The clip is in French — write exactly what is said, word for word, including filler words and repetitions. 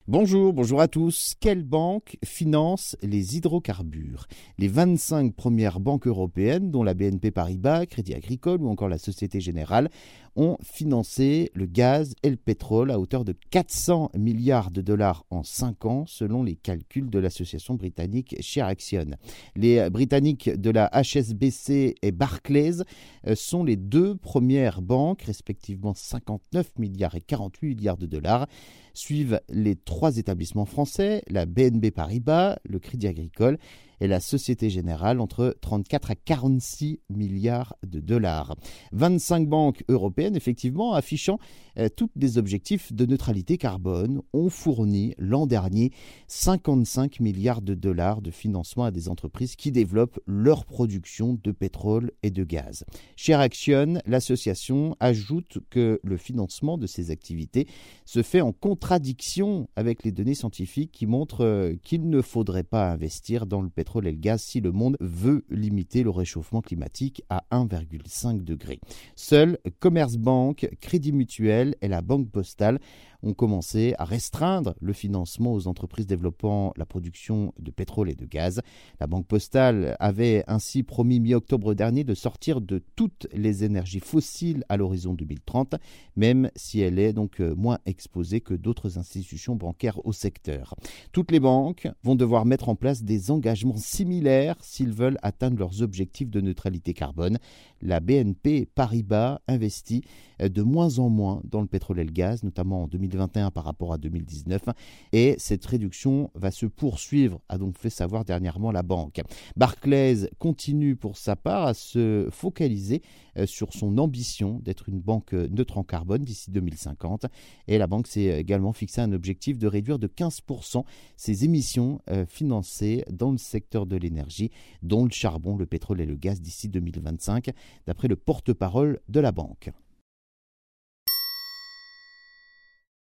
Bonjour, bonjour à tous. Quelle banque finance les hydrocarbures? Les vingt-cinq premières banques européennes, dont la B N P Paribas, Crédit Agricole ou encore la Société Générale, ont financé le gaz et le pétrole à hauteur de quatre cents milliards de dollars en cinq ans, selon les calculs de l'association britannique Sheraction. Les Britanniques de la H S B C et Barclays sont les deux premières banques, respectivement cinquante-neuf milliards et quarante-huit milliards de dollars. Suivent les trois établissements français, la B N P Paribas, le Crédit Agricole et la Société Générale, entre trente-quatre à quarante-six milliards de dollars. vingt-cinq banques européennes, effectivement, affichant euh, toutes des objectifs de neutralité carbone, ont fourni l'an dernier cinquante-cinq milliards de dollars de financement à des entreprises qui développent leur production de pétrole et de gaz. Sheraction, l'association, ajoute que le financement de ces activités se fait en contradiction avec les données scientifiques qui montrent euh, qu'il ne faudrait pas investir dans le pétrole et le gaz si le monde veut limiter le réchauffement climatique à un virgule cinq degré. Seuls Commerzbank, Crédit Mutuel et la Banque Postale ont commencé à restreindre le financement aux entreprises développant la production de pétrole et de gaz. La Banque Postale avait ainsi promis mi-octobre dernier de sortir de toutes les énergies fossiles à l'horizon deux mille trente, même si elle est donc moins exposée que d'autres institutions bancaires au secteur. Toutes les banques vont devoir mettre en place des engagements similaires s'ils veulent atteindre leurs objectifs de neutralité carbone. La B N P Paribas investit de moins en moins dans le pétrole et le gaz, notamment en deux mille vingt et un par rapport à deux mille dix-neuf, et cette réduction va se poursuivre, a donc fait savoir dernièrement la banque. Barclays continue pour sa part à se focaliser sur son ambition d'être une banque neutre en carbone d'ici deux mille cinquante, et la banque s'est également fixé un objectif de réduire de quinze pour cent ses émissions financées dans le secteur de l'énergie, dont le charbon, le pétrole et le gaz d'ici deux mille vingt-cinq, d'après le porte-parole de la banque.